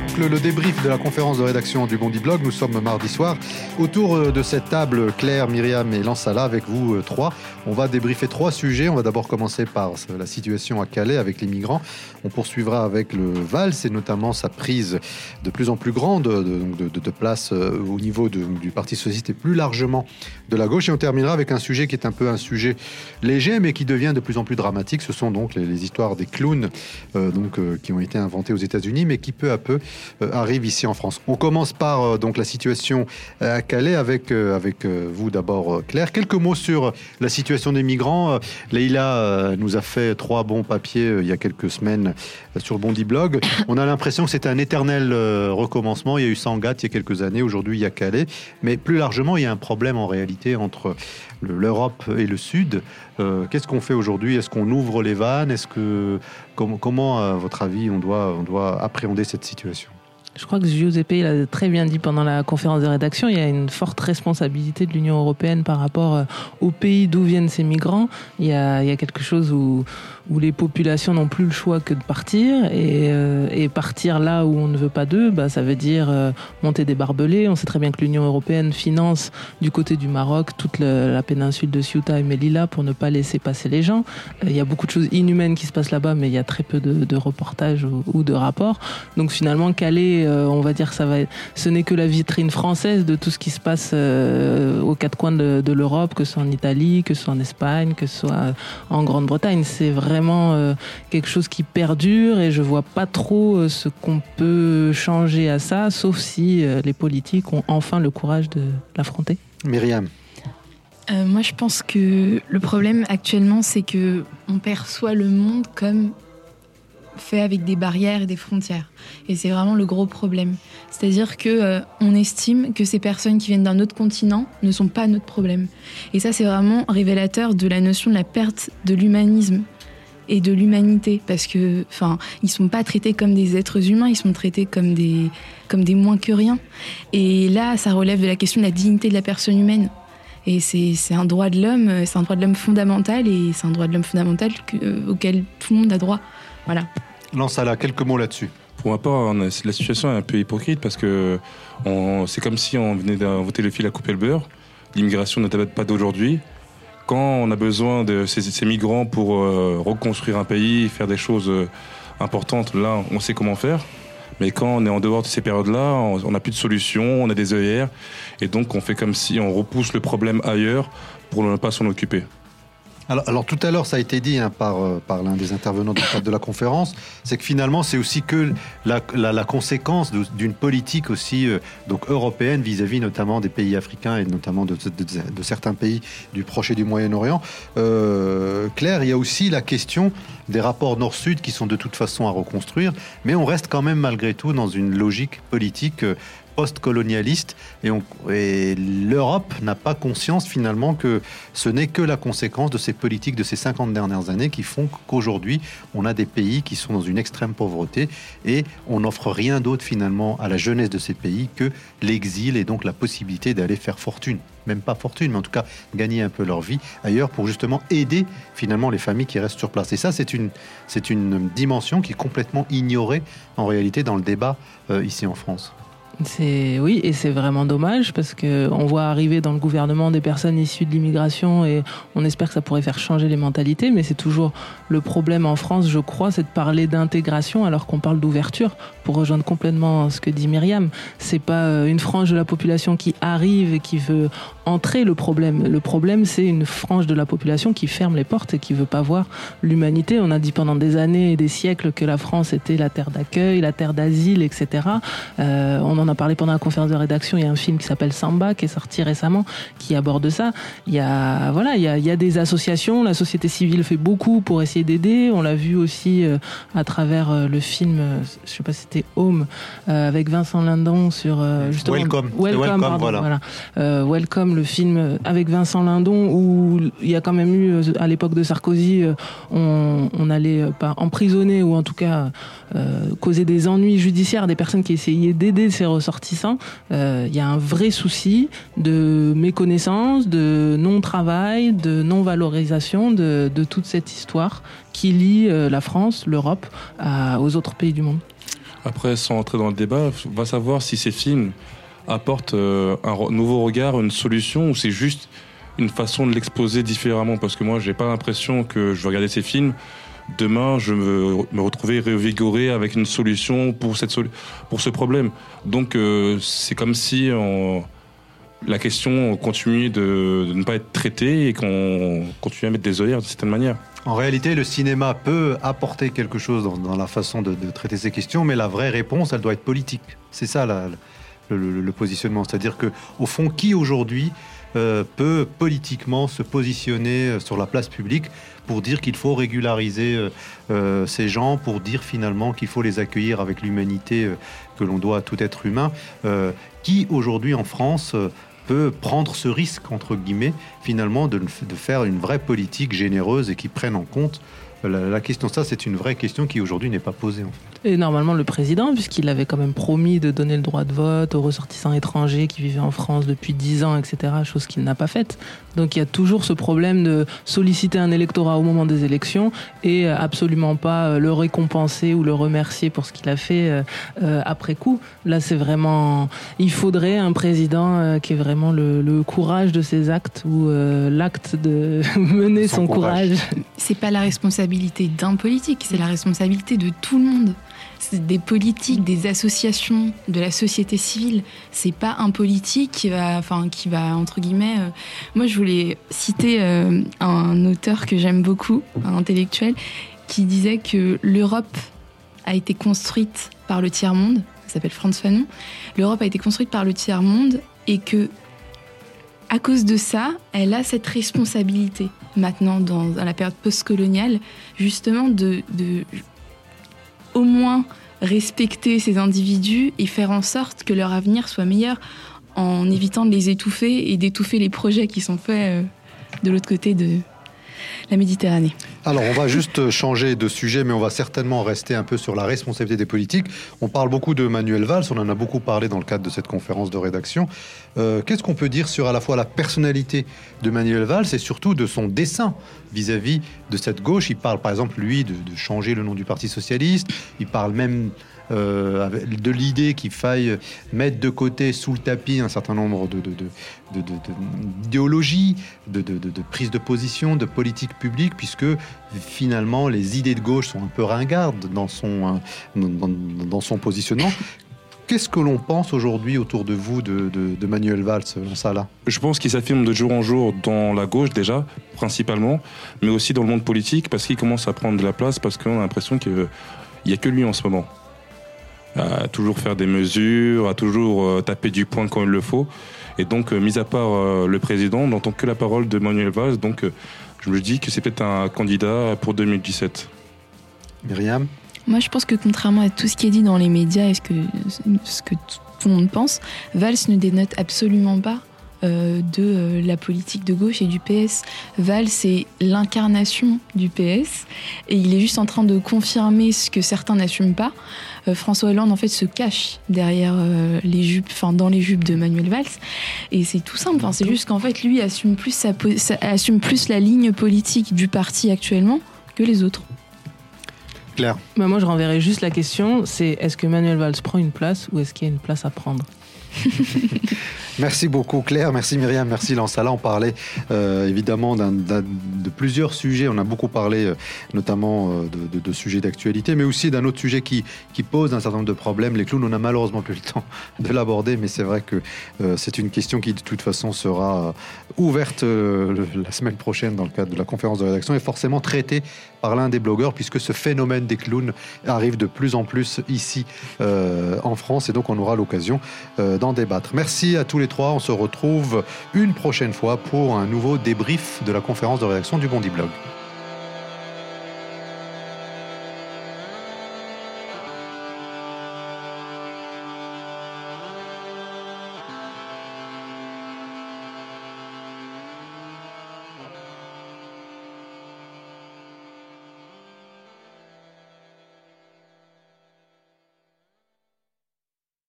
Le débrief de la conférence de rédaction du Bondi Blog. Nous sommes mardi soir. Autour de cette table, Claire, Myriam et Lansala, avec vous trois. On va débriefer 3 sujets. On va d'abord commencer par la situation à Calais avec les migrants. On poursuivra avec le Valls et notamment sa prise de plus en plus grande de place au niveau du Parti socialiste et plus largement de la gauche. Et on terminera avec un sujet qui est un peu un sujet léger mais qui devient de plus en plus dramatique. Ce sont donc les histoires des clowns qui ont été inventés aux États-Unis mais qui peu à peu arrive ici en France. On commence par donc la situation à Calais avec vous d'abord Claire. Quelques mots sur la situation des migrants. Leïla nous a fait 3 bons papiers il y a quelques semaines sur le Bondi Blog. On a l'impression que c'était un éternel recommencement. Il y a eu Sangatte il y a quelques années, aujourd'hui il y a Calais. Mais plus largement, il y a un problème en réalité entre l'Europe et le Sud. Qu'est-ce qu'on fait aujourd'hui? Est-ce qu'on ouvre les vannes? Comment, à votre avis, on doit appréhender cette situation? Je crois que Giuseppe l'a très bien dit pendant la conférence de rédaction, il y a une forte responsabilité de l'Union européenne par rapport au pays d'où viennent ces migrants. Il y a quelque chose où les populations n'ont plus le choix que de partir et partir là où on ne veut pas d'eux, ça veut dire monter des barbelés. On sait très bien que l'Union européenne finance du côté du Maroc toute la péninsule de Ceuta et Melilla pour ne pas laisser passer les gens. Il y a beaucoup de choses inhumaines qui se passent là-bas, mais il y a très peu de reportages ou de rapports. Donc finalement, Calais, on va dire que ce n'est que la vitrine française de tout ce qui se passe aux 4 coins de l'Europe, que ce soit en Italie, que ce soit en Espagne, que ce soit en Grande-Bretagne. C'est vraiment quelque chose qui perdure et je vois pas trop ce qu'on peut changer à ça, sauf si les politiques ont enfin le courage de l'affronter. Myriam. Moi, je pense que le problème actuellement, c'est que on perçoit le monde comme fait avec des barrières et des frontières. Et c'est vraiment le gros problème. C'est-à-dire que on estime que ces personnes qui viennent d'un autre continent ne sont pas notre problème. Et ça, c'est vraiment révélateur de la notion de la perte de l'humanisme et de l'humanité. Parce que, ils sont pas traités comme des êtres humains, ils sont traités comme des moins que rien. Et là, ça relève de la question de la dignité de la personne humaine. Et c'est un droit de l'homme, c'est un droit de l'homme fondamental, et c'est un droit de l'homme fondamental auquel tout le monde a droit. Voilà. Lansala, quelques mots là-dessus. Pour ma part, la situation est un peu hypocrite parce que c'est comme si on venait d'inventer le fil à couper le beurre. L'immigration ne date pas d'aujourd'hui. Quand on a besoin de ces migrants pour reconstruire un pays, faire des choses importantes, là, on sait comment faire. Mais quand on est en dehors de ces périodes-là, on n'a plus de solution, on a des œillères. Et donc, on fait comme si on repousse le problème ailleurs pour ne pas s'en occuper. Alors tout à l'heure, ça a été dit par l'un des intervenants de la conférence, c'est que finalement, c'est aussi que la conséquence d'une politique aussi donc européenne vis-à-vis notamment des pays africains et notamment de certains pays du Proche et du Moyen-Orient. Claire, il y a aussi la question des rapports Nord-Sud qui sont de toute façon à reconstruire, mais on reste quand même malgré tout dans une logique politique post-colonialiste et l'Europe n'a pas conscience finalement que ce n'est que la conséquence de ces politiques de ces 50 dernières années qui font qu'aujourd'hui on a des pays qui sont dans une extrême pauvreté et on n'offre rien d'autre finalement à la jeunesse de ces pays que l'exil et donc la possibilité d'aller faire fortune. Même pas fortune, mais en tout cas gagner un peu leur vie ailleurs pour justement aider finalement les familles qui restent sur place. Et ça, c'est une dimension qui est complètement ignorée en réalité dans le débat ici en France. Oui, et c'est vraiment dommage parce qu'on voit arriver dans le gouvernement des personnes issues de l'immigration et on espère que ça pourrait faire changer les mentalités, mais c'est toujours le problème en France, je crois, c'est de parler d'intégration alors qu'on parle d'ouverture. Pour rejoindre complètement ce que dit Myriam, c'est pas une frange de la population qui arrive et qui veut entrer le problème. Le problème, c'est une frange de la population qui ferme les portes et qui veut pas voir l'humanité. On a dit pendant des années et des siècles que la France était la terre d'accueil, la terre d'asile, etc. On en a parlé pendant la conférence de rédaction. Il y a un film qui s'appelle Samba qui est sorti récemment qui aborde ça. Il y a des associations. La société civile fait beaucoup pour essayer d'aider. On l'a vu aussi à travers le film, je sais pas si c'était Home, avec Vincent Lindon sur justement Welcome, voilà. Welcome, le film avec Vincent Lindon où il y a quand même eu à l'époque de Sarkozy, on allait pas emprisonner ou en tout cas causer des ennuis judiciaires à des personnes qui essayaient d'aider ces ressortissants. Il y a un vrai souci de méconnaissance, de non-travail, de non-valorisation de toute cette histoire qui lie la France, l'Europe aux autres pays du monde. Après, sans entrer dans le débat, on va savoir si ces films apportent un nouveau regard, une solution, ou c'est juste une façon de l'exposer différemment. Parce que moi, j'ai pas l'impression que je vais regarder ces films, demain, je me retrouver revigoré avec une solution pour ce problème. Donc, c'est comme si la question continue de ne pas être traitée et qu'on continue à mettre des œillères de certaine manière. En réalité, le cinéma peut apporter quelque chose dans la façon de traiter ces questions, mais la vraie réponse, elle doit être politique. C'est ça le positionnement. C'est-à-dire qu'au fond, qui aujourd'hui peut politiquement se positionner sur la place publique pour dire qu'il faut régulariser ces gens, pour dire finalement qu'il faut les accueillir avec l'humanité que l'on doit à tout être humain. Qui aujourd'hui en France peut prendre ce risque, entre guillemets, finalement, de faire une vraie politique généreuse et qui prenne en compte la question. Ça, c'est une vraie question qui aujourd'hui n'est pas posée, en fait. Et normalement, le président, puisqu'il avait quand même promis de donner le droit de vote aux ressortissants étrangers qui vivaient en France depuis 10 ans, etc., chose qu'il n'a pas faite. Donc il y a toujours ce problème de solliciter un électorat au moment des élections et absolument pas le récompenser ou le remercier pour ce qu'il a fait après coup. Là, c'est vraiment... Il faudrait un président qui ait vraiment le courage de ses actes ou l'acte de mener son courage. C'est pas la responsabilité d'un politique, c'est la responsabilité de tout le monde. C'est des politiques, des associations, de la société civile. C'est pas un politique qui va entre guillemets. Moi, je voulais citer un auteur que j'aime beaucoup, un intellectuel, qui disait que l'Europe a été construite par le tiers-monde. Il s'appelle Frantz Fanon. L'Europe a été construite par le tiers-monde et que, à cause de ça, elle a cette responsabilité maintenant dans la période post-coloniale, justement de au moins respecter ces individus et faire en sorte que leur avenir soit meilleur en évitant de les étouffer et d'étouffer les projets qui sont faits de l'autre côté de la Méditerranée. Alors, on va juste changer de sujet, mais on va certainement rester un peu sur la responsabilité des politiques. On parle beaucoup de Manuel Valls, on en a beaucoup parlé dans le cadre de cette conférence de rédaction. Qu'est-ce qu'on peut dire sur à la fois la personnalité de Manuel Valls et surtout de son dessein vis-à-vis de cette gauche? Il parle par exemple, lui, de changer le nom du Parti Socialiste. Il parle même de l'idée qu'il faille mettre de côté, sous le tapis, un certain nombre d'idéologies, de prises de position, de politiques publiques, puisque finalement les idées de gauche sont un peu ringardes dans son positionnement. Qu'est-ce que l'on pense aujourd'hui autour de vous de Manuel Valls, Lansala ? Je pense qu'il s'affirme de jour en jour dans la gauche déjà, principalement, mais aussi dans le monde politique, parce qu'il commence à prendre de la place, parce qu'on a l'impression qu'il n'y a que lui en ce moment. À toujours faire des mesures, à toujours taper du poing quand il le faut. Et donc, mis à part le président, on n'entend que la parole de Manuel Valls. Donc, je me dis que c'est peut-être un candidat pour 2017. Myriam ? Moi, je pense que contrairement à tout ce qui est dit dans les médias et ce que tout le monde pense, Valls ne dénote absolument pas de la politique de gauche et du PS. Valls, c'est l'incarnation du PS et il est juste en train de confirmer ce que certains n'assument pas. François Hollande, en fait, se cache derrière dans les jupes de Manuel Valls. Et c'est tout simple. C'est juste qu'en fait, lui assume plus la ligne politique du parti actuellement que les autres. Claire ? Moi, je renverrai juste la question, c'est est-ce que Manuel Valls prend une place ou est-ce qu'il y a une place à prendre ? Merci beaucoup Claire, merci Myriam, merci Lansala. On parlait évidemment de plusieurs sujets. On a beaucoup parlé notamment de sujets d'actualité, mais aussi d'un autre sujet qui pose un certain nombre de problèmes. Les clowns, on n'a malheureusement plus le temps de l'aborder, mais c'est vrai que c'est une question qui de toute façon sera ouverte la semaine prochaine dans le cadre de la conférence de rédaction et forcément traitée par l'un des blogueurs, puisque ce phénomène des clowns arrive de plus en plus ici en France, et donc on aura l'occasion d'en débattre. Merci à tous les trois, on se retrouve une prochaine fois pour un nouveau débrief de la conférence de rédaction du Bondi Blog.